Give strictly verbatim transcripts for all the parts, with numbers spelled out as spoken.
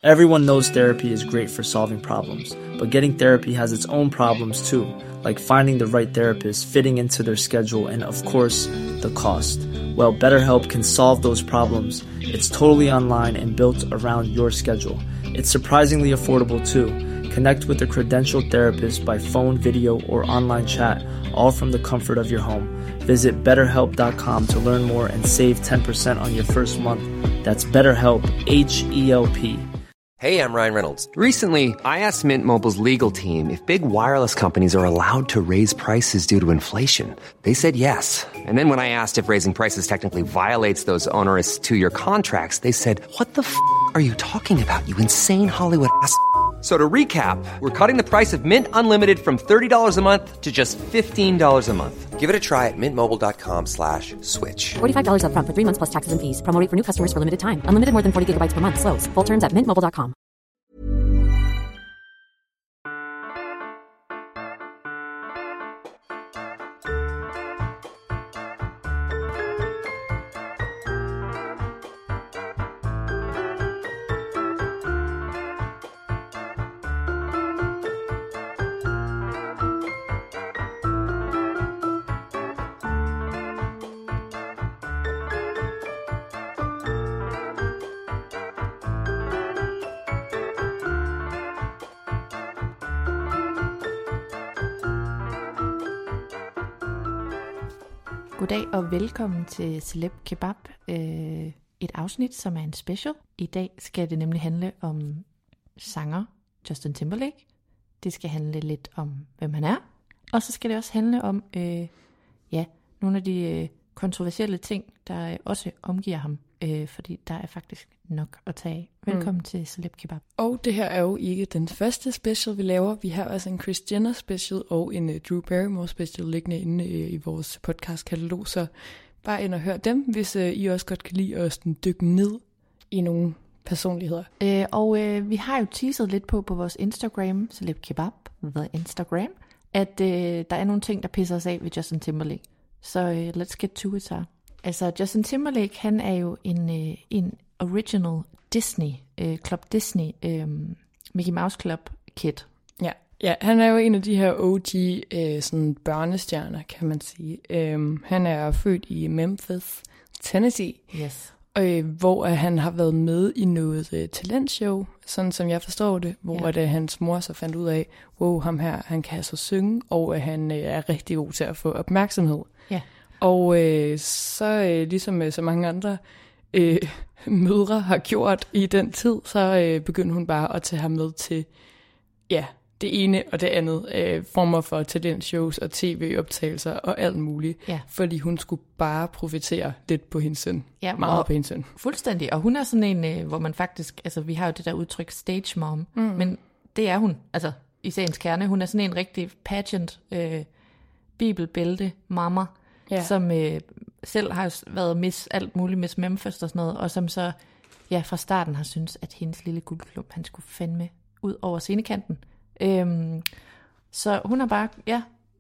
Everyone knows therapy is great for solving problems, but getting therapy has its own problems too, like finding the right therapist, fitting into their schedule, and of course, the cost. Well, BetterHelp can solve those problems. It's totally online and built around your schedule. It's surprisingly affordable too. Connect with a credentialed therapist by phone, video, or online chat, all from the comfort of your home. Visit better help dot com to learn more and save ten percent on your first month. That's BetterHelp, H E L P. Hey, I'm Ryan Reynolds. Recently, I asked Mint Mobile's legal team if big wireless companies are allowed to raise prices due to inflation. They said yes. And then when I asked if raising prices technically violates those onerous two-year contracts, they said, what the f*** are you talking about, you insane Hollywood ass f- So to recap, we're cutting the price of Mint Unlimited from thirty dollars a month to just fifteen dollars a month. Give it a try at mintmobile.com slash switch. forty-five dollars up front for three months plus taxes and fees. Promo rate for new customers for limited time. Unlimited more than forty gigabytes per month. Slows full terms at mint mobile dot com. Goddag og velkommen til Celeb Kebab, øh, et afsnit, som er en special. I dag skal det nemlig handle om sanger Justin Timberlake. Det skal handle lidt om, hvem han er. Og så skal det også handle om øh, ja, nogle af de øh, kontroversielle ting, der øh, også omgiver ham. Øh, fordi der er faktisk nok at tage af. Velkommen mm. til Celeb Kebab. Og det her er jo ikke den første special, vi laver. Vi har også en Kris Jenner special og en uh, Drew Barrymore special liggende inde uh, i vores podcast-katalog. Så bare ind og hør dem, hvis uh, I også godt kan lide at sådan, dykke ned i nogle personligheder. Øh, og øh, vi har jo teaset lidt på på vores Instagram, Celeb Kebab, the Instagram, at øh, der er nogle ting, der pisser os af ved Justin Timberlake. Så øh, let's get to it, så. Altså, Justin Timberlake, han er jo en, øh, en original Disney, øh, Club Disney, øh, Mickey Mouse Club kid. Ja, ja, han er jo en af de her O G øh, sådan børnestjerner, kan man sige. Øh, han er født i Memphis, Tennessee, yes. øh, hvor han har været med i noget øh, talentshow, sådan som jeg forstår det, hvor ja. det, hans mor så fandt ud af, wow, ham her, han kan så synge, og at han øh, er rigtig god til at få opmærksomhed. Ja. Og øh, så øh, ligesom øh, så mange andre øh, mødre har gjort i den tid, så øh, begyndte hun bare at tage ham med til ja, det ene og det andet øh, former for talentshows og tv-optagelser og alt muligt. Ja. Fordi hun skulle bare profitere lidt på hendes søn. Ja, meget på hendes søn. Fuldstændig. Og hun er sådan en, øh, hvor man faktisk, altså vi har jo det der udtryk stage mom, mm. men det er hun, altså i sagens kerne. Hun er sådan en rigtig pageant, øh, bibelbælte mamma, ja. som øh, selv har været Miss alt muligt, Miss Memphis og sådan noget, og som så ja, fra starten har syntes, at hendes lille guldklump, han skulle fandme ud over scenekanten. Øhm, så hun har bare, ja,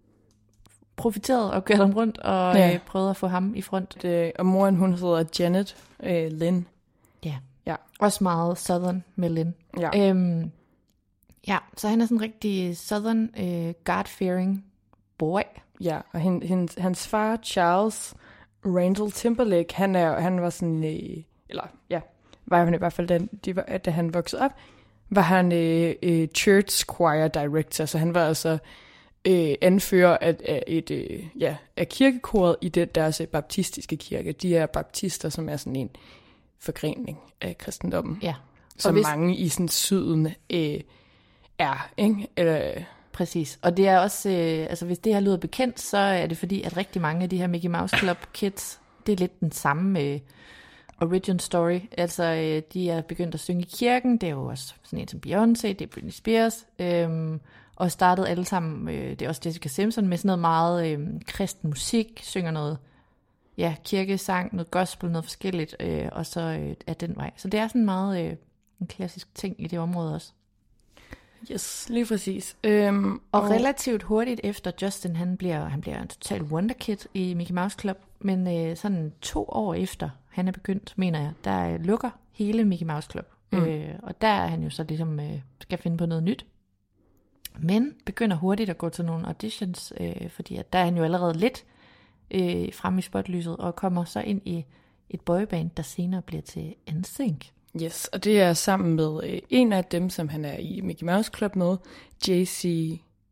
profiteret og kørt ham rundt og ja. øh, prøvet at få ham i front. Det, og moren, hun hedder Janet øh, Lynn. Ja. ja, også meget southern med Lynn. Ja, øhm, ja så han er sådan en rigtig southern, øh, God-fearing boy. Ja, og hen, hen, hans far, Charles Randall Timberlake, han, er, han var sådan, øh, eller ja, var han i hvert fald, da, de var, da han voksede op, var han øh, øh, church choir director, så han var altså øh, anfører af, af, et, øh, ja, af kirkekoret i det, deres baptistiske kirke. De er baptister, som er sådan en forgrening af kristendommen, ja. som hvis... mange i sådan syden øh, er, ikke? Eller... Præcis, og det er også, øh, altså hvis det her lyder bekendt, så er det fordi, at rigtig mange af de her Mickey Mouse Club kids, det er lidt den samme øh, origin story. Altså, øh, de er begyndt at synge i kirken, det er jo også sådan en som Beyoncé, det er Britney Spears, øh, og startede alle sammen, øh, det er også Jessica Simpson, med sådan noget meget øh, kristen musik, synger noget, ja, kirkesang, noget gospel, noget forskelligt, øh, og så øh, er den vej. Så det er sådan meget øh, en klassisk ting i det område også. Yes, lige præcis. Øhm, og, og relativt hurtigt efter Justin, han bliver, han bliver en total wonderkid i Mickey Mouse Club, men øh, sådan to år efter han er begyndt, mener jeg, der øh, lukker hele Mickey Mouse Club. Mm. Øh, og der er han jo så ligesom, øh, skal finde på noget nyt. Men begynder hurtigt at gå til nogle auditions, øh, fordi at der er han jo allerede lidt øh, fremme i spotlyset, og kommer så ind i et boyband, der senere bliver til N Sync. Yes, og det er sammen med øh, en af dem, som han er i Mickey Mouse Club med, J C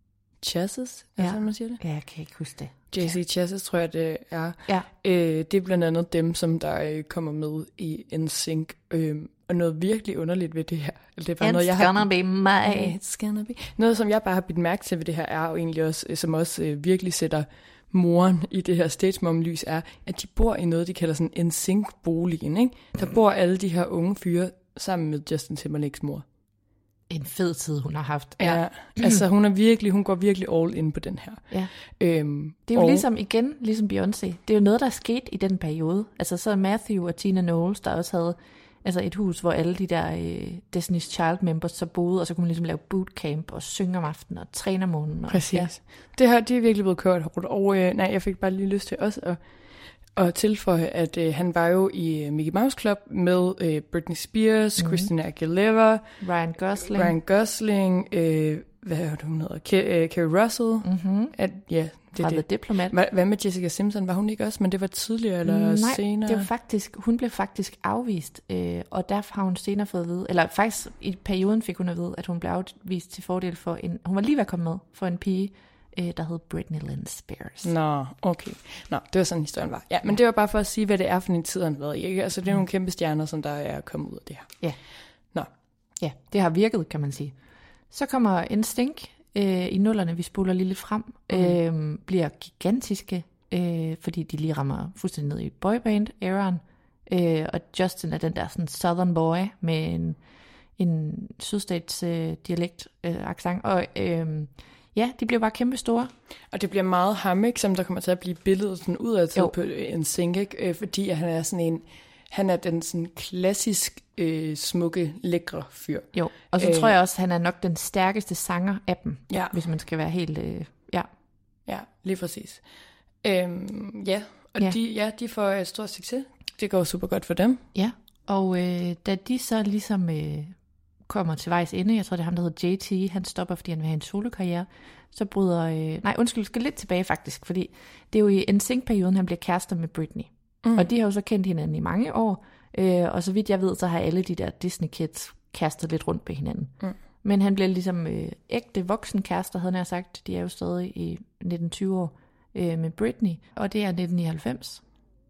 Chassis, er det sådan, man siger det? Ja, jeg kan ikke huske det. J C Chassis, tror jeg, det er. Ja. Øh, det er blandt andet dem, som der øh, kommer med i N Sync. Øh, og noget virkelig underligt ved det her. Det er bare It's noget, jeg har... gonna be my... It's gonna be... Noget, som jeg bare har bidt mærke til ved det her, er jo egentlig også, som også øh, virkelig sætter moren i det her Stage Mom-lys, er, at de bor i noget, de kalder sådan N Sync-boligen, ikke? Der bor alle de her unge fyre sammen med Justin Timberlakes mor. En fed tid, hun har haft. Ja, ja altså hun er virkelig, hun går virkelig all in på den her. Ja. Øhm, det er jo og... ligesom, igen, ligesom Beyoncé. Det er jo noget, der er sket i den periode. Altså så Matthew og Tina Knowles, der også havde altså et hus, hvor alle de der øh, Destiny's Child members så boede, og så kunne man ligesom lave bootcamp og synge om aftenen og træne om morgenen. Og, Præcis. Ja. Det her, det er virkelig blevet kørt hårdt. Og øh, nej, jeg fik bare lige lyst til også at, at tilføje, at øh, han var jo i Mickey Mouse Club med øh, Britney Spears, mm-hmm. Christina Aguilera, Ryan Gosling, Ryan Gosling, øh, hvad er det, hun hedder? Ke- øh, Kerry Russell. Mm-hmm. At, ja, det er det. Diplomat. Hvad, hvad med Jessica Simpson? Var hun ikke også? Men det var tidligere eller Nej, senere? det var faktisk, hun blev faktisk afvist, øh, og derfor har hun senere fået at vide, eller faktisk i perioden fik hun at vide, at hun blev afvist til fordel for en, hun var lige ved at komme med, for en pige, øh, der hed Britney Lynn Spears. Nå, okay. Nå, det var sådan historien var. Ja, men det var bare for at sige, hvad det er for en tid, han har været i. Ikke? Altså det er nogle kæmpe stjerner, som der er kommet ud af det her. Ja. Nå. Ja, det har virket, kan man sige. Så kommer N Sync øh, i nullerne, vi spoler lige lidt frem, mm. øh, bliver gigantiske, øh, fordi de lige rammer fuldstændig ned i boyband-æraen. Øh, og Justin er den der sådan southern boy med en, en sydstats øh, dialekt, øh, accent. Og øh, ja, de bliver bare kæmpe store. Og det bliver meget ham, ikke, som der kommer til at blive billedet sådan udadtil på N Sync, øh, fordi han er sådan en... Han er den sådan klassisk øh, smukke, lækre fyr. Jo, og så øh, tror jeg også, at han er nok den stærkeste sanger af dem, ja. Hvis man skal være helt... Øh, ja. Ja, lige præcis. Øhm, ja, og ja. De, ja, de får et stort succes. Det går super godt for dem. Ja, og øh, da de så ligesom øh, kommer til vejs ende, jeg tror, det er ham, der hedder J T, han stopper, fordi han vil have en solokarriere, så bryder... Øh, nej, undskyld, skal lidt tilbage faktisk, fordi det er jo i N Sync-perioden, han bliver kærester med Britney. Mm. Og de har jo så kendt hinanden i mange år, øh, og så vidt jeg ved, så har alle de der Disney-kids kastet lidt rundt på hinanden. Mm. Men han bliver ligesom øh, ægte voksen kærester, havde jeg sagt. De er jo stadig i nitten tyve år øh, med Britney, og det er nitten nioghalvfems.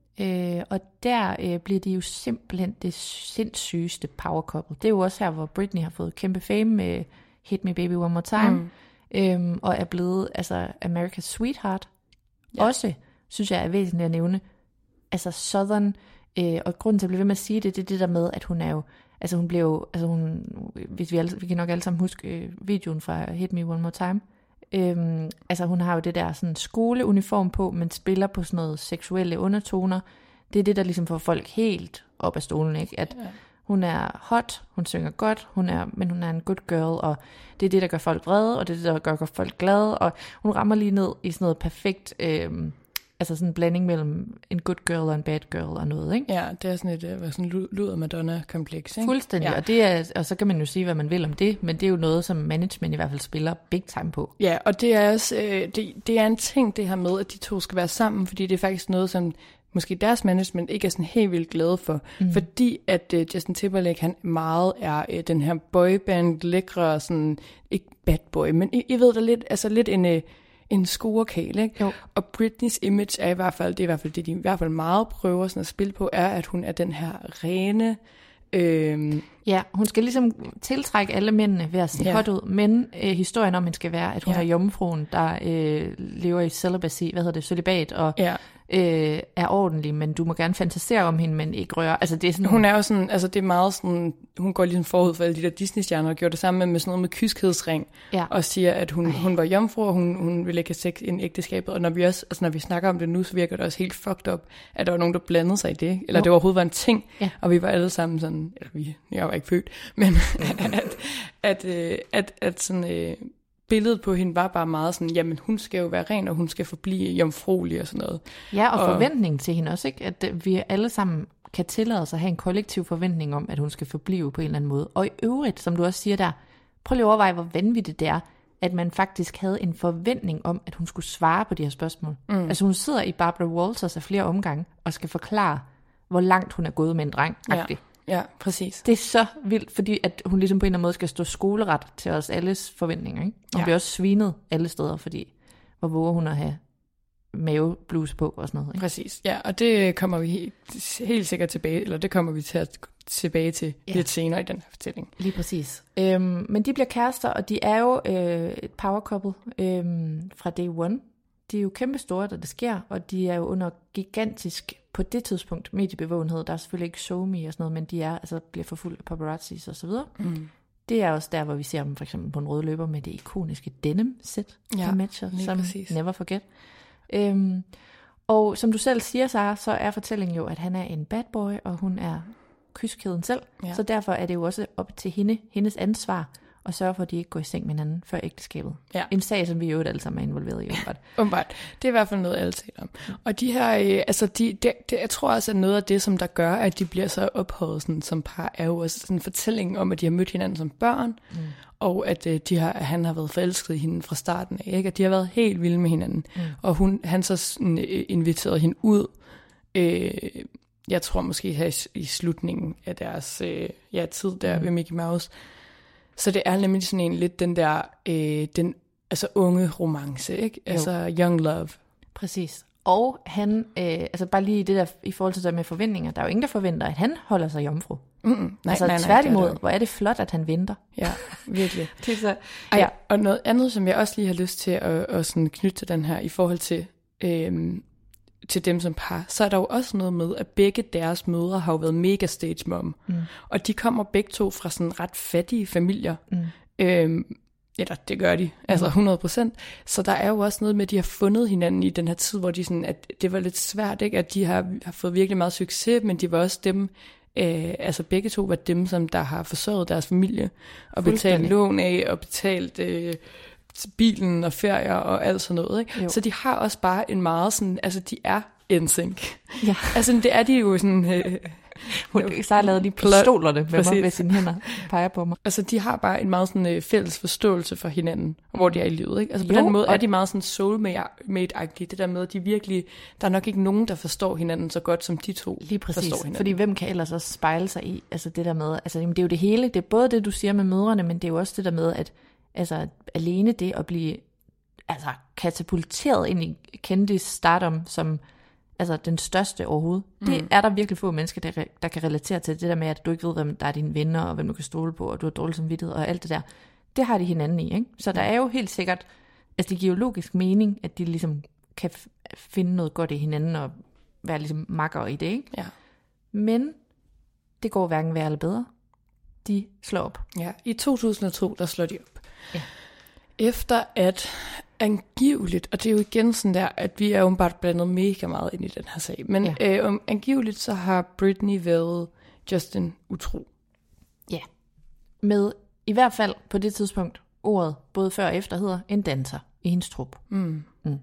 Øh, og der øh, bliver de jo simpelthen det sindssygeste power couple. Det er jo også her, hvor Britney har fået kæmpe fame med Hit Me Baby One More Time, mm. øh, og er blevet altså America's Sweetheart. Ja. Også, synes jeg, er væsentligt at nævne, altså Southern, øh, og grunden til at blive ved med at sige det, det er det der med, at hun er jo, altså hun blev jo, altså hun, hvis vi, alle, vi kan nok alle sammen huske øh, videoen fra Hit Me One More Time, øhm, altså hun har jo det der sådan skoleuniform på, men spiller på sådan noget seksuelle undertoner. Det er det, der ligesom får folk helt op af stolen, ikke? At ja. Hun er hot, hun synger godt, hun er, men hun er en good girl, og det er det, der gør folk vrede, og det er det, der gør, gør folk glade, og hun rammer lige ned i sådan noget perfekt... Øh, altså sådan en blanding mellem en good girl og en bad girl og noget, ikke? Ja, det er sådan et uh, sådan luder Madonna-kompleks, ikke? Fuldstændig, ja. og, det er, og så kan man jo sige, hvad man vil om det, men det er jo noget, som management i hvert fald spiller big time på. Ja, og det er også, øh, det, det er en ting, det her med, at de to skal være sammen, fordi det er faktisk noget, som måske deres management ikke er sådan helt vildt glade for, mm. fordi at uh, Justin Timberlake, han meget er uh, den her boyband, lækre, sådan, ikke bad boy, men I, I ved da lidt, altså lidt en... Uh, en scorekæl, ikke? Jo. Og Britneys image er i hvert fald, det er i hvert fald det, de i hvert fald meget prøver sådan at spille på, er, at hun er den her rene... Øhm, ja, hun skal ligesom tiltrække alle mændene ved at se ja. Hot ud, men øh, historien om hende skal være, at hun ja. Er jomfruen, der øh, lever i celibacy, hvad hedder det, celibat, og ja. øh, er ordentlig, men du må gerne fantasere om hende, men ikke røre. Altså, det er sådan, hun er jo sådan, altså det er meget sådan, hun går ligesom forud for alle de der Disney-stjerner, og gjorde det samme med, med sådan noget med kyskhedsring, ja. Og siger, at hun, hun var jomfru, og hun, hun ville ikke have sex i ægteskabet, og når vi også, altså når vi snakker om det nu, så virker det også helt fucked up, at der var nogen, der blandede sig i det, eller jo. Det overhovedet var en ting, ja. Og vi var alle sammen sådan, eller vi, jeg var ikke født, men at, at, at, at, at sådan... Øh, billedet på hende var bare meget sådan, jamen hun skal jo være ren, og hun skal forblive jomfruelig og sådan noget. Ja, og, og forventningen til hende også, ikke? At vi alle sammen kan tillade sig at have en kollektiv forventning om, at hun skal forblive på en eller anden måde. Og i øvrigt, som du også siger der, prøv lige at overveje, hvor vanvittigt det er, at man faktisk havde en forventning om, at hun skulle svare på de her spørgsmål. Mm. Altså hun sidder i Barbara Walters af flere omgange, og skal forklare, hvor langt hun er gået med en dreng. Ja, ja, præcis. Det er så vildt, fordi at hun ligesom på en eller anden måde skal stå skoleret til os alles forventninger. Ikke? Hun ja. bliver også svinet alle steder, fordi hvor våger hun at have mavebluse på og sådan noget. Ikke? Præcis, ja, og det kommer vi helt, helt sikkert tilbage, eller det kommer vi til at tilbage til ja. lidt senere i den her fortælling. Lige præcis. Øhm, men de bliver kærester, og de er jo øh, et power couple øhm, fra day one. De er jo kæmpe store, da det sker, og de er jo under gigantisk, på det tidspunkt, mediebevågenhed. Der er selvfølgelig ikke SoMe og sådan noget, men de er, altså, bliver forfulgt af paparazzis og så videre. Mm. Det er også der, hvor vi ser dem for eksempel på en rød løber med det ikoniske denim-sæt, ja, der matcher, som præcis. Never Forget. Øhm, og som du selv siger, Sarah, så er fortællingen jo, at han er en bad boy, og hun er kyskheden selv. Ja. Så derfor er det jo også op til hende, hendes ansvar, at sørge for, at de ikke går i seng med hinanden før ægteskabet. Ja. En sag, som vi jo alle sammen er involveret i. Umiddelbart. Umiddelbart. Det er i hvert fald noget, alle taler om. Og de her, øh, altså de, det, det, jeg tror også, at noget af det, som der gør, at de bliver så ophøjet sådan, som par, er jo også sådan en fortælling om, at de har mødt hinanden som børn, mm. og at øh, de har, han har været forelsket i hende fra starten af, ikke? At de har været helt vilde med hinanden. Mm. Og hun, han så sådan, øh, inviterede hende ud, øh, jeg tror måske her i, i slutningen af deres øh, ja, tid der mm. ved Mickey Mouse. Så det er nemlig sådan en lidt den der, øh, den altså unge romance, ikke? Jo. Altså young love. Præcis. Og han, øh, altså bare lige det der, i forhold til det med forventninger, der er jo ingen, der forventer, at han holder sig jomfru. Mm-mm. Nej, altså nej, nej, tværtimod, det hvor er det flot, at han venter. Ja, virkelig. Det er så, Ej, ja. Og noget andet, som jeg også lige har lyst til at, at sådan knytte til den her, i forhold til, øh, til dem som par, så er der jo også noget med, at begge deres mødre har jo været mega stage mom. Mm. Og de kommer begge to fra sådan ret fattige familier. Mm. Øhm, eller det gør de, altså hundrede procent. Så der er jo også noget med, at de har fundet hinanden i den her tid, hvor de sådan, at det var lidt svært, ikke? At de har, har fået virkelig meget succes, men de var også dem, øh, altså begge to var dem, som der har forsørget deres familie, og betalt lån af, og betalt øh, bilen og ferier og alt sådan noget, ikke? Så de har også bare en meget sådan, altså de er N Sync. Ja. Altså det er de jo sådan... Øh, Hun så har lavet de pistolerne med mig med sine hænder, peger på mig. Altså de har bare en meget sådan øh, fælles forståelse for hinanden, hvor de er i livet, ikke? Altså på jo, den måde er de meget sådan soulmate-agtige, det der med, at de virkelig, der er nok ikke nogen, der forstår hinanden så godt, som de to lige præcis, forstår hinanden. Fordi hvem kan ellers også spejle sig i, altså det der med, altså jamen, det er jo det hele, det er både det, du siger med mødrene, men det er jo også det der med, at altså alene det at blive altså katapulteret ind i kendis stardom som altså den største overhovedet. Mm. Det er der virkelig få mennesker, der, der kan relatere til. Det der med, at du ikke ved, hvem der er dine venner, og hvem du kan stole på, og du har dårlig samvittighed, og alt det der. Det har de hinanden i, ikke? Så der er jo helt sikkert, altså det giver jo logisk mening, at de ligesom kan f- finde noget godt i hinanden, og være ligesom makker i det, ikke? Ja. Men det går hverken værre eller bedre. De slår op. Ja, i to tusind og to, der slår de op. Ja. Efter at angiveligt, og det er jo igen sådan der, at vi er jo bare blandet mega meget ind i den her sag, men ja. øh, um, angiveligt så har Britney været Justin utro. Ja, med i hvert fald på det tidspunkt, ordet både før og efter hedder en danser i hendes trup. Mm. Mm.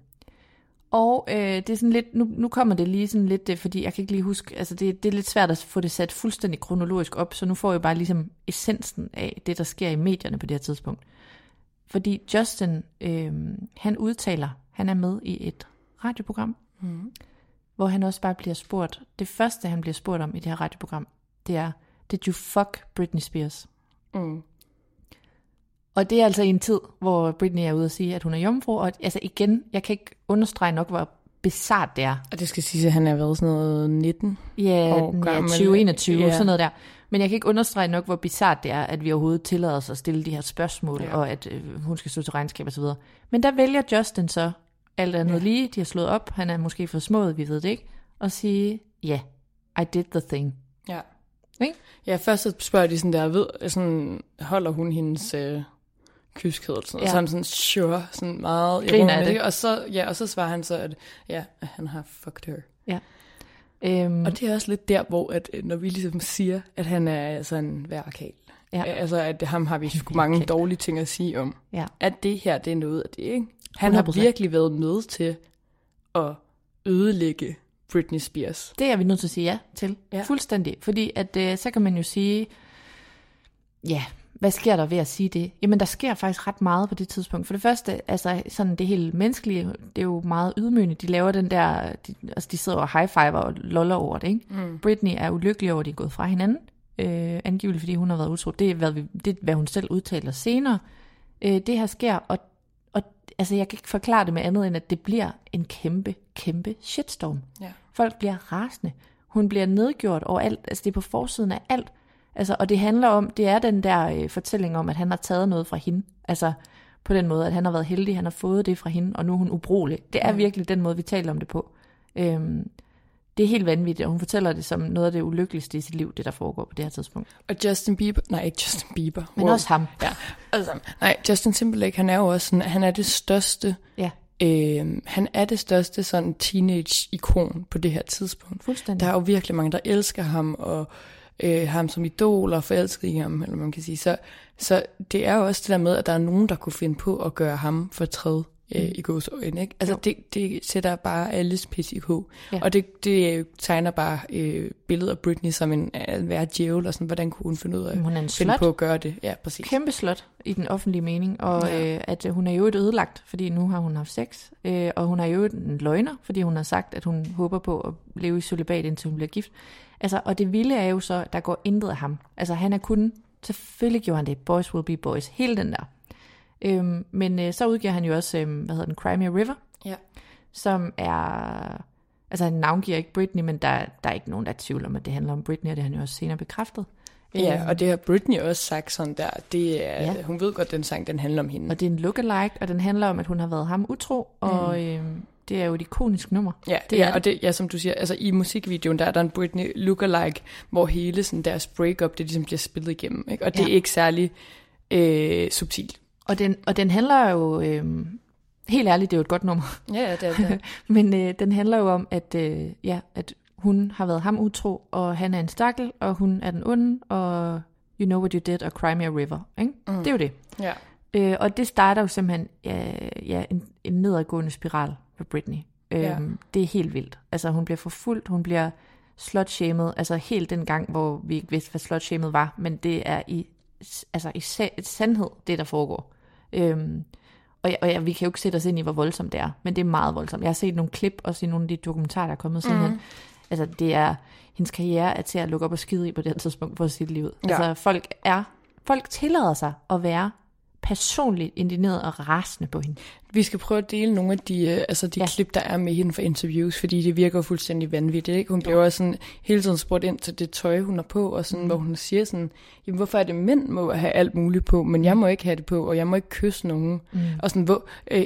Og øh, det er sådan lidt, nu, nu kommer det lige sådan lidt, fordi jeg kan ikke lige huske, altså det, det er lidt svært at få det sat fuldstændig kronologisk op, så nu får jeg bare ligesom essensen af det, der sker i medierne på det her tidspunkt. Fordi Justin, øh, han udtaler, han er med i et radioprogram, mm. hvor han også bare bliver spurgt. Det første, han bliver spurgt om i det her radioprogram, det er, did you fuck Britney Spears? Mm. Og det er altså i en tid, hvor Britney er ude at sige, at hun er jomfru. Og altså igen, jeg kan ikke understrege nok, hvor bizarrt det er. Og det skal sige, at han er været sådan noget nitten ja, år gammel. Ja, tyve enogtyve, ja. Sådan noget der. Men jeg kan ikke understrege nok, hvor bizarrt det er, at vi overhovedet tillader os at stille de her spørgsmål, ja. Og at øh, hun skal stå til regnskab og så videre. Men der vælger Justin så alt andet ja. Lige. De har slået op, han er måske for smået, vi ved det ikke. Og sige, ja, yeah, I did the thing. Ja. Okay? Ja, først så spørger de sådan der, ved, sådan, holder hun hendes øh, kyskhed, eller sådan, ja. Og så er han sådan, sure, sådan meget ironisk. Og så, ja, og så svarer han så, at ja, han har fucked her. Ja. Um, og det er også lidt der, hvor at, når vi ligesom siger, at han er sådan en værkal. Ja. Altså, at ham har vi sgu mange dårlige ting at sige om. Ja. At det her, det er noget af det, ikke? Han hundrede procent har virkelig været med til at ødelægge Britney Spears. Det er vi nødt til at sige ja til. Ja. Fuldstændig. Fordi at, øh, så kan man jo sige, ja, hvad sker der ved at sige det? Jamen, der sker faktisk ret meget på det tidspunkt. For det første, altså sådan det helt menneskelige, det er jo meget ydmygende. De laver den der, de, altså de sidder og high-fiver og loller over det, ikke? Mm. Britney er ulykkelig over, at de er gået fra hinanden. Øh, angiveligt, fordi hun har været utro. Det er, hvad, vi, det er, hvad hun selv udtaler senere. Øh, det her sker, og, og altså, jeg kan ikke forklare det med andet, end at det bliver en kæmpe, kæmpe shitstorm. Ja. Folk bliver rasende. Hun bliver nedgjort overalt. Altså, det er på forsiden af alt. Altså, og det handler om, det er den der øh, fortælling om, at han har taget noget fra hende. Altså, på den måde, at han har været heldig, han har fået det fra hende, og nu er hun ubrugelig. Det er mm. virkelig den måde, vi taler om det på. Øhm, Det er helt vanvittigt, og hun fortæller det som noget af det ulykkeligste i sit liv, det der foregår på det her tidspunkt. Og Justin Bieber, nej ikke Justin Bieber. Men wow. også ham. Ja, altså, nej, Justin Timberlake, han er jo også sådan, han er det største, ja. øh, han er det største sådan teenage-ikon på det her tidspunkt. Fuldstændig. Der er jo virkelig mange, der elsker ham, og øh, ham som idol, og forelsket i ham, eller man kan sige. Så, så det er jo også det der med, at der er nogen, der kunne finde på at gøre ham fortræd. Øh, i gåseøjne, ikke? Altså det, det sætter bare alles pis i ko. Ja. Og det, det tegner bare øh, billedet af Britney som en at være djævel, og sådan, hvordan kunne hun finde ud af hun er en finde på at gøre det. Ja, præcis. Kæmpe slot i den offentlige mening, og ja. øh, at hun er jo et ødelagt, fordi nu har hun haft sex, øh, og hun er jo en løgner, fordi hun har sagt, at hun håber på at leve i cølibat, indtil hun bliver gift. Altså, og det vilde er jo så, der går intet af ham. Altså, han er kun, selvfølgelig gjorde han det, boys will be boys, hele den der. Øhm, men øh, så udgiver han jo også, øhm, hvad hedder den, Cry Me a River, ja. som er, altså han navngiver ikke Britney, men der, der er ikke nogen, der er tvivl om, at det handler om Britney, og det har han jo også senere bekræftet. Ja, og det har Britney også sagt sådan der, det er, ja. Hun ved godt, den sang, den handler om hende. Og det er en lookalike, og den handler om, at hun har været ham utro, og mm. øhm, det er jo et ikonisk nummer. Ja, det ja, er og det, ja, som du siger, altså i musikvideoen, der er der en Britney lookalike, hvor hele sådan deres breakup, det ligesom bliver spillet igennem, ikke? Og det ja. er ikke særlig øh, subtilt. Og den, og den handler jo, øh, helt ærligt, det er jo et godt nummer. Ja, det er det. Men øh, den handler jo om, at, øh, ja, at hun har været ham utro, og han er en stakkel, og hun er den onde, og You Know What You Did, og Cry Me a River. Ikke? Mm. Det er jo det. Ja. Øh, og det starter jo simpelthen ja, ja, en, en nedadgående spiral for Britney. Øh, ja. Det er helt vildt. Altså hun bliver forfulgt, hun bliver slutshamed, altså helt den gang, hvor vi ikke vidste, hvad slutshamed var, men det er i altså i sa- sandhed, det der foregår. Øhm, og, ja, og ja, vi kan jo ikke sætte os ind i, hvor voldsomt det er, men det er meget voldsomt. Jeg har set nogle klip, også i nogle af de dokumentarer, der er kommet siden hen. Altså, det er, hendes karriere er til at lukke op og skide i på det her tidspunkt på sit liv. Ja. Altså, folk er, folk tillader sig at være personligt indigneret og rasende på hende. Vi skal prøve at dele nogle af de, altså de ja. klip, der er med hende for interviews, fordi det virker fuldstændig vanvittigt, ikke? Hun bliver også sådan hele tiden spurgt ind til det tøj, hun har på, og sådan, mm. hvor hun siger sådan, jamen hvorfor er det mænd må have alt muligt på, men jeg må ikke have det på, og jeg må ikke kysse nogen. Mm. Og sådan, hvor, øh,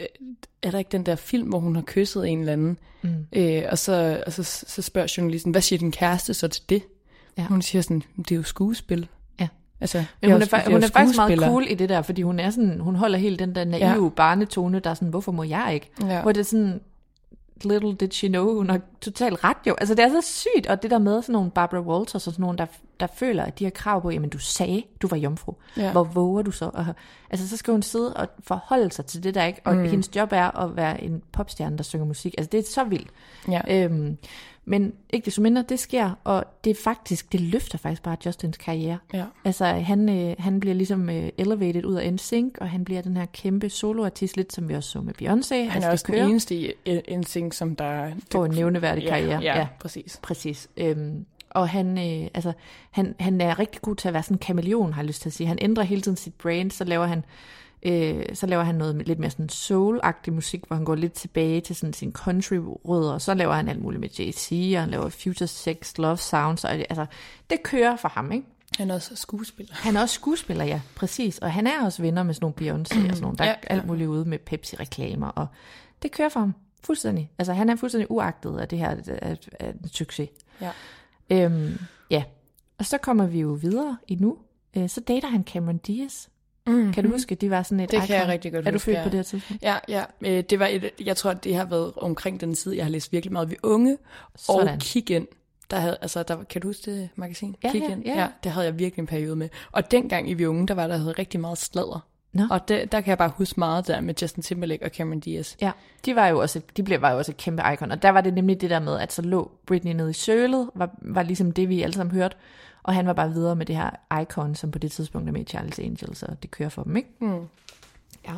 er der ikke den der film, hvor hun har kysset en eller anden? Mm. Øh, og så, og så, så spørger journalisten, hvad siger din kæreste så til det? Ja. Hun siger sådan, det er jo skuespil. Altså, men hun er, fa- hun er faktisk meget cool i det der, fordi hun er sådan, hun holder helt den der naive ja. barnetone, der er sådan, hvorfor må jeg ikke? Ja. Hvor det er sådan, little did she know, hun har totalt ret jo. Altså det er så sygt, og det der med sådan nogle Barbara Walters og sådan nogle, der, der føler, at de har krav på, jamen du sagde, du var jomfru. Ja. Hvor våger du så? Og, altså så skal hun sidde og forholde sig til det der, ikke? Og mm. hendes job er at være en popstjerne, der synger musik. Altså det er så vildt. Ja. Øhm, Men ikke desto mindre, det sker, og det er faktisk, det løfter faktisk bare Justins karriere. Ja. Altså, han, øh, han bliver ligesom øh, elevated ud af N Sync, og han bliver den her kæmpe soloartist, lidt som vi også så med Beyoncé. Han altså, er også den eneste i N Sync, som der... får en nævneværdig ja, karriere. Ja, ja, præcis. Præcis. Øhm, og han, øh, altså, han, han er rigtig god til at være sådan en kameleon, har jeg lyst til at sige. Han ændrer hele tiden sit brand, så laver han... Øh, så laver han noget lidt mere sådan soul-agtig musik, hvor han går lidt tilbage til sådan sin country-rødder, og så laver han alt muligt med Jay-Z, og han laver Future Sex, Love Sounds, og altså, det kører for ham, ikke? Han er også skuespiller. Han er også skuespiller, ja, præcis, og han er også venner med sådan nogle Beyoncé og sådan nogle, der er ja, ja. alt muligt ude med Pepsi-reklamer, og det kører for ham fuldstændig. Altså, han er fuldstændig uagtet af det her af, af en succes. Ja. Øhm, ja, og så kommer vi jo videre i nu, øh, så dater han Cameron Diaz. Mm-hmm. Kan du huske, det var sådan et det icon? Kan jeg rigtig godt er huske. Er du født på det her tidspunkt? Ja, ja. Øh, det var et, jeg tror, det har været omkring den tid, jeg har læst virkelig meget ved unge. Sådan. Og Kig Ind. Der havde, altså, der, kan du huske det magasin? Ja, Kig ja, Ind. ja. Ja, det havde jeg virkelig en periode med. Og dengang i Vi Unge, der var der havde rigtig meget sladder Nå. Og det, der kan jeg bare huske meget der med Justin Timberlake og Cameron Diaz. Ja, de var jo også, de blev, var jo også et kæmpe icon, og der var det nemlig det der med, at så lå Britney nede i sølet, var, var ligesom det, vi alle sammen hørte, og han var bare videre med det her icon, som på det tidspunkt er med Charlie's Angels, og det kører for dem, ikke? Mm. Ja.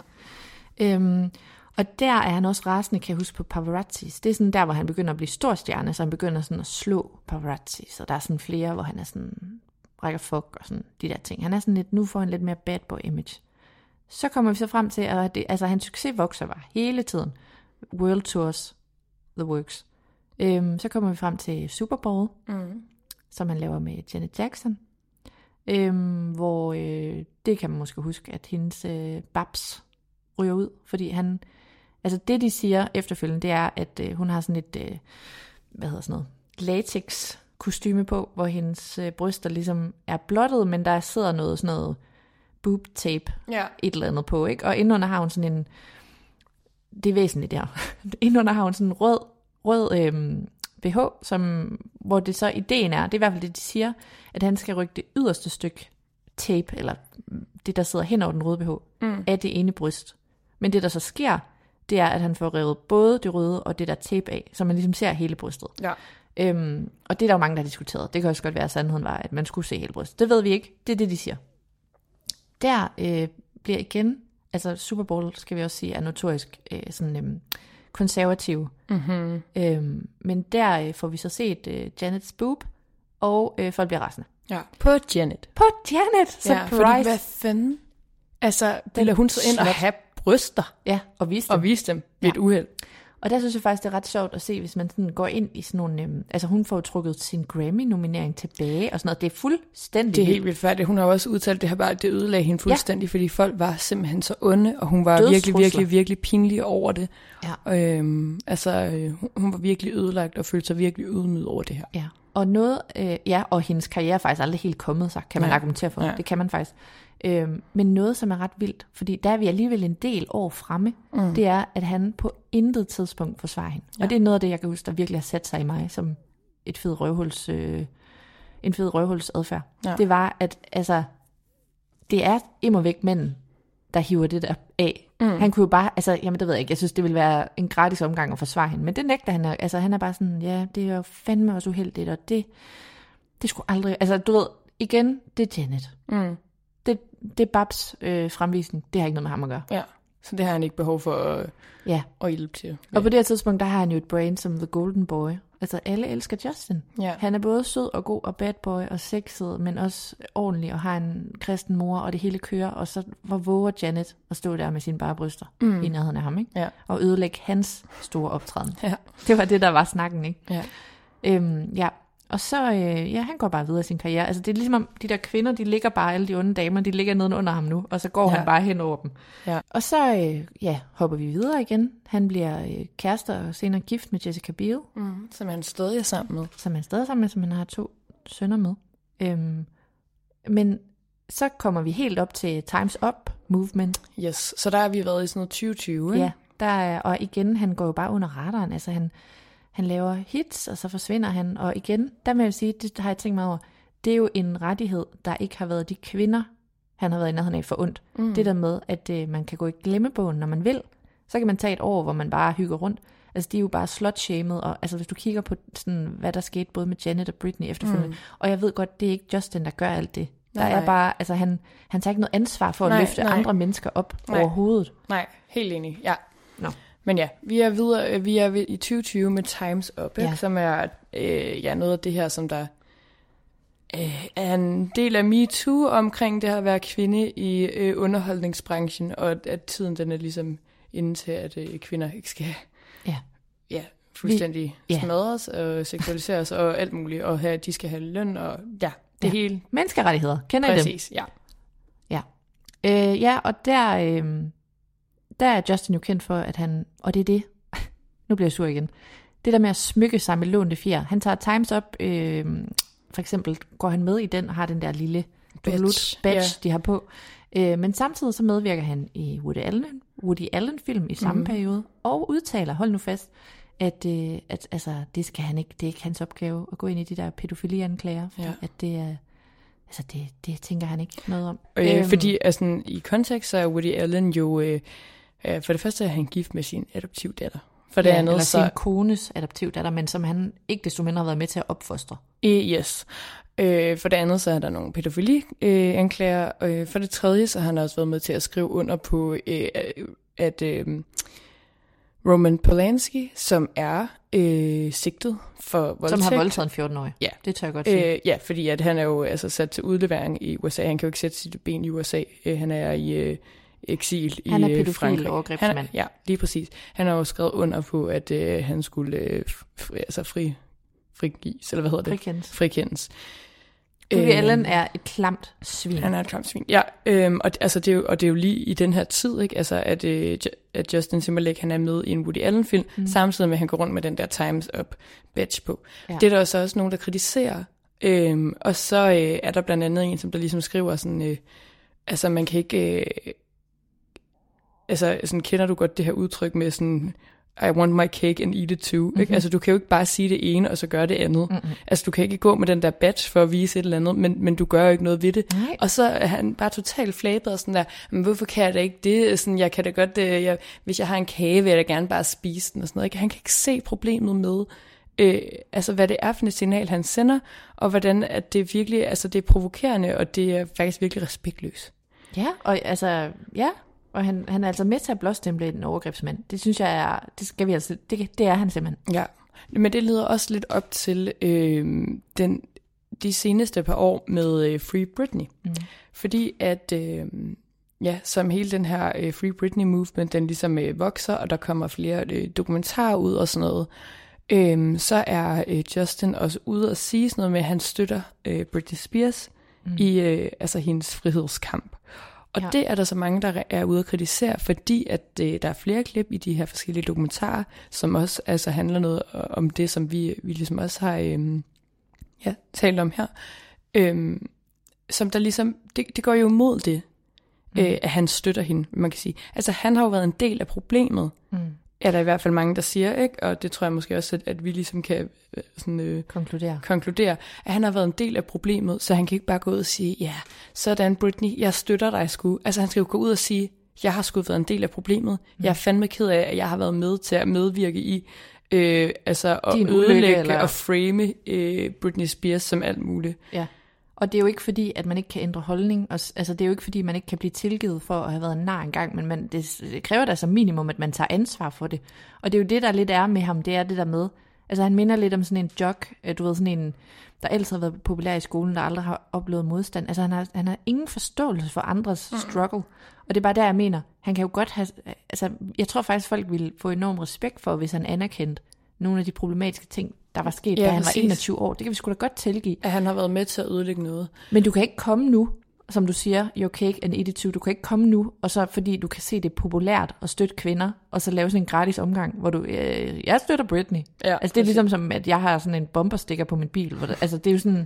Øhm, og der er han også rasende, kan jeg huske, på paparazzis. Det er sådan der, hvor han begynder at blive stor stjerne, så han begynder sådan at slå paparazzis, og der er sådan flere, hvor han er sådan, rækker fuck og sådan de der ting. Han er sådan lidt, nu får han lidt mere bad boy image. Så kommer vi så frem til, at det, altså, hans succes vokser bare hele tiden. World Tours, the works. Øhm, så kommer vi frem til Super Bowl, mm. som han laver med Janet Jackson. Øhm, hvor øh, det kan man måske huske, at hendes øh, babs ryger ud. Fordi han, altså det de siger efterfølgende, det er, at øh, hun har sådan et, øh, hvad hedder sådan noget, latex kostyme på, hvor hendes øh, bryster ligesom er blottet, men der sidder noget sådan noget boob tape, ja. et eller andet på, ikke? Og indenunder har hun sådan en, det er væsentligt der, indenunder har hun sådan en rød, rød øhm, B H, som, hvor det så ideen er, det er i hvert fald det, de siger, at han skal rykke det yderste stykke tape, eller det, der sidder hen over den røde B H, mm. af det ene bryst. Men det, der så sker, det er, at han får revet både det røde og det der tape af, så man ligesom ser hele brystet. Ja. Øhm, og det er der jo mange, der har diskuteret. Det kan også godt være, at sandheden var, at man skulle se hele brystet. Det ved vi ikke. Det er det, de siger. Der øh, bliver igen, altså Super Bowl, skal vi også sige, er notorisk øh, sådan øh, konservativ. Mm-hmm. Øhm, men der øh, får vi så set øh, Janets boob, og øh, folk bliver rasende. Ja, på Janet. På Janet! Surprise! Ja, fordi hvad fanden? Altså, lader hun så ind og have bryster. Ja, og vise dem. Og vise dem ved ja. et uheld. Og der synes jeg faktisk, det er ret sjovt at se, hvis man sådan går ind i sådan nogle... Øhm, altså hun får jo trukket sin Grammy-nominering tilbage og sådan noget. Det er fuldstændig Det er helt vildt færdigt. Hun har jo også udtalt, det her bare, det ødelagde hende fuldstændig, ja. Fordi folk var simpelthen så onde, og hun var virkelig, virkelig, virkelig pinlig over det. Ja. Øhm, altså, øh, hun var virkelig ødelagt og følte sig virkelig ydmyget over det her. Ja, og noget... Øh, ja, og hendes karriere er faktisk aldrig helt kommet sig, kan man ja. argumentere for. Ja. Det kan man faktisk. Øhm, men noget, som er ret vildt, fordi der er vi alligevel en del år fremme, mm. det er, at han på intet tidspunkt forsvarer hende. Ja. Og det er noget af det, jeg kan huske, der virkelig har sat sig i mig som et fed røvhuls, øh, en fed røvhulsadfærd. Ja. Det var, at altså, det er immer væk mænden, der hiver det der af. Mm. Han kunne jo bare, altså, jamen det ved jeg ikke, jeg synes, det ville være en gratis omgang at forsvare hende, men det nægter han, altså han er bare sådan, ja, det er jo fandme også uheldigt, og det, det skulle aldrig, altså du ved, igen, det er Janet. Mm. Det, det er Babs øh, fremvisning. Det har ikke noget med ham at gøre. Ja, så det har han ikke behov for at, ja. at hjælpe til. Ja. Og på det her tidspunkt, der har han jo et brand som The Golden Boy. Altså alle elsker Justin. Ja. Han er både sød og god og bad boy og sexet, men også ordentlig og har en kristen mor, og det hele kører. Og så hvor våger Janet at stå der med sine bare bryster mm. i nærheden af ham, ikke? Ja. Og ødelægge hans store optræden. Ja. Det var det, der var snakken, ikke? Ja. Øhm, ja. Og så, øh, ja, han går bare videre i sin karriere. Altså det er ligesom om, de der kvinder, de ligger bare, alle de onde damer, de ligger nedenunder ham nu, og så går ja. han bare hen over dem. Ja. Og så, øh, ja, hopper vi videre igen. Han bliver øh, kærester og senere gift med Jessica Biel. Mm, som han stadig er sammen med. Som han stadig er sammen med, som han har to sønner med. Øhm, men så kommer vi helt op til Time's Up movement. Yes, så der har vi været i sådan noget tyve tyve, ikke? Ja, der er, og igen, han går jo bare under radaren. Altså han... Han laver hits, og så forsvinder han. Og igen, der må jeg sige, det har jeg tænkt mig over, det er jo en rettighed, der ikke har været de kvinder, han har været i nærheden af for ondt. Mm. Det der med, at øh, man kan gå i glemmebogen, når man vil. Så kan man tage et år, hvor man bare hygger rundt. Altså, de er jo bare slut-shamed. Og altså, hvis du kigger på, sådan, hvad der skete både med Janet og Britney efterfølgende. Mm. Og jeg ved godt, det er ikke Justin, der gør alt det. Der nej, er nej. bare, altså, han, han tager ikke noget ansvar for at nej, løfte nej. andre mennesker op nej. overhovedet. Nej, helt enig, ja. Nå. Men ja, vi er videre, vi er i tyve tyve med Time's Up, ja. Som er øh, ja, noget af det her, som der øh, er en del af MeToo omkring det her at være kvinde i øh, underholdningsbranchen, og at, at tiden den er ligesom inde til, at øh, kvinder ikke skal ja. Ja, fuldstændig vi, ja. smadres og seksualiseres og alt muligt, og her, de skal have løn, og ja, det ja. hele. Menneskerettigheder, kender Præcis, I dem? Præcis, ja. Ja. Øh, ja, og der... Øh, Der er Justin jo kendt for, at han, og det er det, nu bliver jeg sur igen, det der med at smykke sig med lånte fjer. Han tager Time's Up, øh, for eksempel går han med i den, og har den der lille badge, badge yeah. de har på. Øh, men samtidig så medvirker han i Woody Allen, Woody Allen-film i samme mm. periode, og udtaler, hold nu fast, at, øh, at altså, det skal han ikke, det er ikke hans opgave at gå ind i de der pædofilianklager, fordi ja. at det er, Altså, det, det tænker han ikke noget om. Øh, øhm. Fordi altså, i kontekst, så er Woody Allen jo, øh, øh, for det første er han gift med sin adoptivdatter. For det ja, andet, eller så... sin kones adoptivdatter, men som han ikke desto mindre har været med til at opfostre. Øh, yes. Øh, for det andet, så er der nogle pædofili-anklager. Øh, for det tredje, så har han også været med til at skrive under på, øh, at øh, Roman Polanski, som er øh, sigtet for voldtægt. Som har voldtaget en fjorten-årig. Ja. Det tør jeg godt sige. Øh, ja, fordi at han er jo altså sat til udlevering i U S A. Han kan jo ikke sætte sit ben i U S A. Øh, han er i øh, eksil i Han er øh, pædofil Frankrig. overgrebsmand. Han er, ja, lige præcis. Han har jo skrevet under på, at øh, han skulle øh, fri, altså fri, frigives, eller hvad hedder det? Frikendes. Frikendes. Woody Allen er et klamt svin. Han er et klamt svin, ja. Øhm, og, altså, det er jo, og det er jo lige i den her tid, ikke? Altså, at, øh, at Justin Timberlake han er med i en Woody Allen-film, mm. samtidig med, at han går rundt med den der Time's Up badge på. Ja. Det er der også, også nogen, der kritiserer. Øhm, og så øh, er der blandt andet en, som der ligesom skriver sådan, øh, altså man kan ikke, øh, altså sådan, kender du godt det her udtryk med sådan, I want my cake and eat it too. Mm-hmm. Ikke? Altså, du kan jo ikke bare sige det ene, og så gøre det andet. Mm-hmm. Altså, du kan ikke gå med den der badge for at vise et eller andet, men, men du gør jo ikke noget ved det. Nej. Og så er han bare totalt flabet og sådan der, men hvorfor kan jeg da ikke det? Sådan, jeg kan da godt, øh, jeg, hvis jeg har en kage, vil jeg da gerne bare spise den og sådan noget. Ikke? Han kan ikke se problemet med, øh, altså, hvad det er for et signal, han sender, og hvordan at det virkelig, altså, det er provokerende, og det er faktisk virkelig respektløst. Ja, og altså, ja, og han, han er altså med til at blåstemple en overgrebsmand. Det synes jeg er, det skal vi altså, det, det er han simpelthen. Ja, men det leder også lidt op til øh, den, de seneste par år med øh, Free Britney. Mm. Fordi at, øh, ja, som hele den her øh, Free Britney movement, den ligesom øh, vokser, og der kommer flere øh, dokumentarer ud og sådan noget, øh, så er øh, Justin også ude og sige sådan noget med, at han støtter øh, Britney Spears mm. i øh, altså hendes frihedskamp. Og ja. Det er der så mange, der er ude at kritisere, fordi at øh, der er flere klip i de her forskellige dokumentarer, som også altså handler noget om det, som vi, vi ligesom også har øh, ja, talt om her. Øh, som der ligesom, det, det går jo imod det, mm. øh, at han støtter hende, man kan sige. Altså han har jo været en del af problemet, mm. er der i hvert fald mange, der siger, ikke? Og det tror jeg måske også, at, at vi ligesom kan øh, sådan, øh, konkludere. konkludere, at han har været en del af problemet, så han kan ikke bare gå ud og sige, ja, sådan Britney, jeg støtter dig sgu. Altså han skal jo gå ud og sige, jeg har sgu været en del af problemet. Mm. Jeg er fandme ked af, at jeg har været med til at medvirke i, øh, altså at Din ødelægge ulykke, eller... og frame øh, Britney Spears som alt muligt. Ja. Og det er jo ikke fordi, at man ikke kan ændre holdning. Og, altså, det er jo ikke fordi, man ikke kan blive tilgivet for at have været en nar engang, men man, det, det kræver da som minimum, at man tager ansvar for det. Og det er jo det, der lidt er med ham, det er det der med. Altså han minder lidt om sådan en jock, du ved, sådan en, der altid har været populær i skolen, der aldrig har oplevet modstand. Altså han har, han har ingen forståelse for andres mm. struggle. Og det er bare der, jeg mener, han kan jo godt have, altså jeg tror faktisk, folk ville få enorm respekt for, hvis han anerkendte nogle af de problematiske ting, der var sket, ja, da han præcis. var enogtyve år. Det kan vi sgu da godt tilgive. At han har været med til at ødelægge noget. Men du kan ikke komme nu, som du siger, your cake and eat it too. Du kan ikke komme nu, og så fordi du kan se det er populært at støtte kvinder, og så lave sådan en gratis omgang, hvor du, øh, jeg støtter Britney. Ja, altså det er præcis. Ligesom som, at jeg har sådan en bombersticker på min bil. Hvor det, altså det er jo sådan,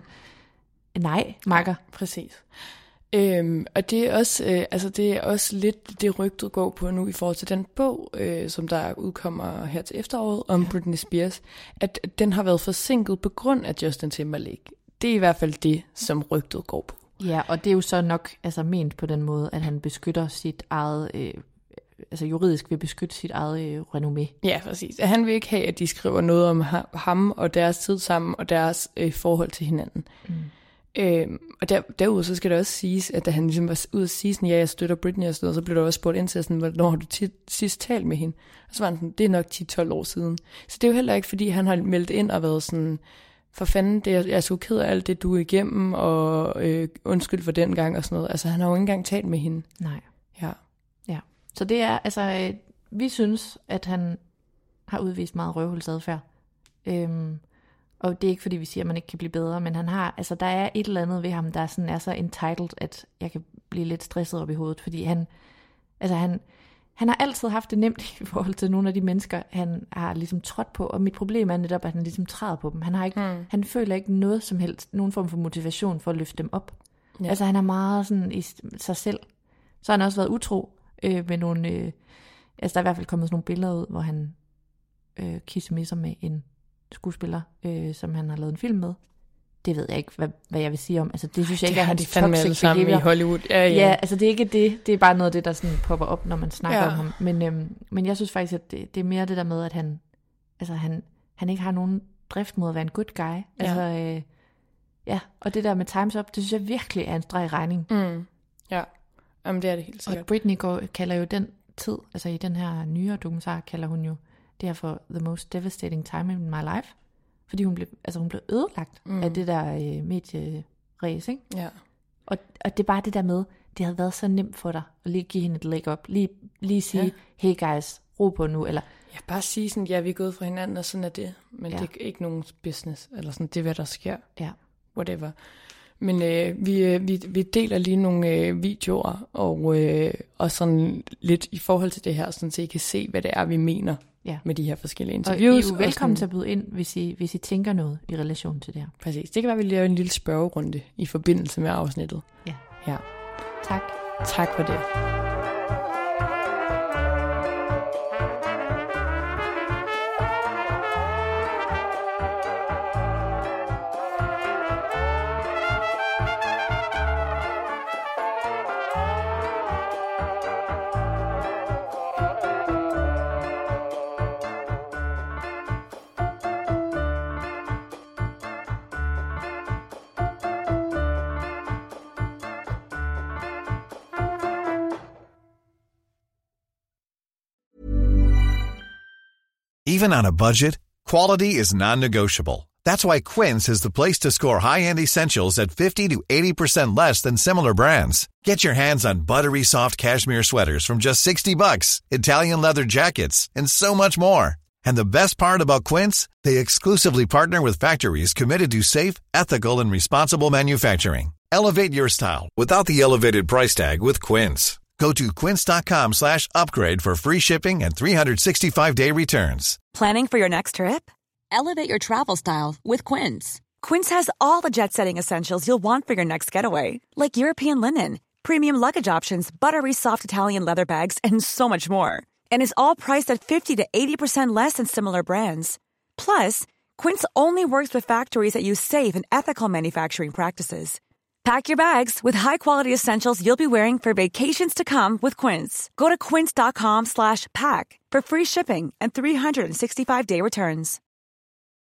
nej, makker. Ja, præcis. Øhm, og det er også, øh, altså det er også lidt det rygtet går på nu i forhold til den bog, øh, som der udkommer her til efteråret om ja. Britney Spears, at den har været forsinket på grund af Justin Timberlake. Det er i hvert fald det, som rygtet går på. Ja, og det er jo så nok altså ment på den måde, at han beskytter sit eget, øh, altså juridisk vil beskytte sit eget øh, renommé. Ja, præcis. Han vil ikke have, at de skriver noget om ham og deres tid sammen og deres øh, forhold til hinanden. Mm. Øhm, og der, derudover så skal det også siges, at da han ligesom var ude at sige sådan, ja, jeg støtter Britney og sådan noget, så blev der også spurgt ind til sådan, hvornår har du tit, sidst talt med hende? Og så var han sådan, det er nok ti til tolv år siden. Så det er jo heller ikke, fordi han har meldt ind og været sådan, for fanden, det er, jeg er så ked af alt det, du er igennem, og øh, undskyld for den gang og sådan noget. Altså, han har jo ikke engang talt med hende. Nej. Ja. Ja. Så det er, altså, øh, vi synes, at han har udvist meget røvhulsadfærd. Øhm, og det er ikke, fordi vi siger, at man ikke kan blive bedre, men han har, altså, der er et eller andet ved ham, der sådan er så entitled, at jeg kan blive lidt stresset op i hovedet, fordi han, altså, han, han har altid haft det nemt i forhold til nogle af de mennesker, han har ligesom trådt på, og mit problem er netop, at han ligesom træder på dem. Han, har ikke, mm. han føler ikke noget som helst, nogen form for motivation for at løfte dem op. Ja. Altså han er meget sådan i sig selv. Så har han også været utro øh, med nogle, øh, altså der er i hvert fald kommet sådan nogle billeder ud, hvor han øh, kissemisser med en skuespiller, øh, som han har lavet en film med. det ved jeg ikke, hvad, hvad jeg vil sige om. Altså, det synes jeg det ikke er har hans de fandme alle toxic sammen behavior. i Hollywood. Ja, ja. ja, altså det er ikke det. Det er bare noget af det, der sådan popper op, når man snakker Ja. om ham. Men, øhm, men jeg synes faktisk, at det, det er mere det der med, at han, altså han, han ikke har nogen drift mod at være en good guy. Altså, øh, ja, og det der med Time's Up, det synes jeg virkelig er en streg i regning. Mm. Ja, jamen det er det helt sikkert. Og Britney går, kalder jo den tid, altså i den her nyere dokumentar, kalder hun jo det her for the most devastating time in my life. Fordi hun blev, altså hun blev ødelagt mm. af det der øh, medieræs, ikke? Ja. Og, og det er bare det der med, det havde været så nemt for dig at lige give hende et leg up. Lige, lige sige, ja. Hey guys, ro på nu, eller... Ja, bare sige sådan, ja, vi er gået fra hinanden, og sådan er det. Men ja. det er ikke nogen business, eller sådan, det er, hvad der sker. Ja. Whatever. Men øh, vi, øh, vi, vi deler lige nogle øh, videoer, og, øh, og sådan lidt i forhold til det her, sådan, så I kan se, hvad det er, vi mener ja. med de her forskellige interviews. Og I er jo velkommen til at byde ind, hvis I, hvis I tænker noget i relation til det her. Præcis. Det kan være, at vi laver en lille spørgerunde i forbindelse med afsnittet. Ja. Ja. Tak. Tak for det. Even on a budget, quality is non-negotiable. That's why Quince is the place to score high-end essentials at fifty to eighty percent less than similar brands. Get your hands on buttery soft cashmere sweaters from just sixty bucks, Italian leather jackets, and so much more. And the best part about Quince, they exclusively partner with factories committed to safe, ethical, and responsible manufacturing. Elevate your style without the elevated price tag with Quince. Go to quince.com slash upgrade for free shipping and three sixty-five day returns. Planning for your next trip? Elevate your travel style with Quince. Quince has all the jet-setting essentials you'll want for your next getaway, like European linen, premium luggage options, buttery soft Italian leather bags, and so much more. And is all priced at fifty to eighty percent less than similar brands. Plus, Quince only works with factories that use safe and ethical manufacturing practices. Pack your bags with high-quality essentials you'll be wearing for vacations to come with Quince. Go to quince.com slash pack for free shipping and three sixty-five day returns.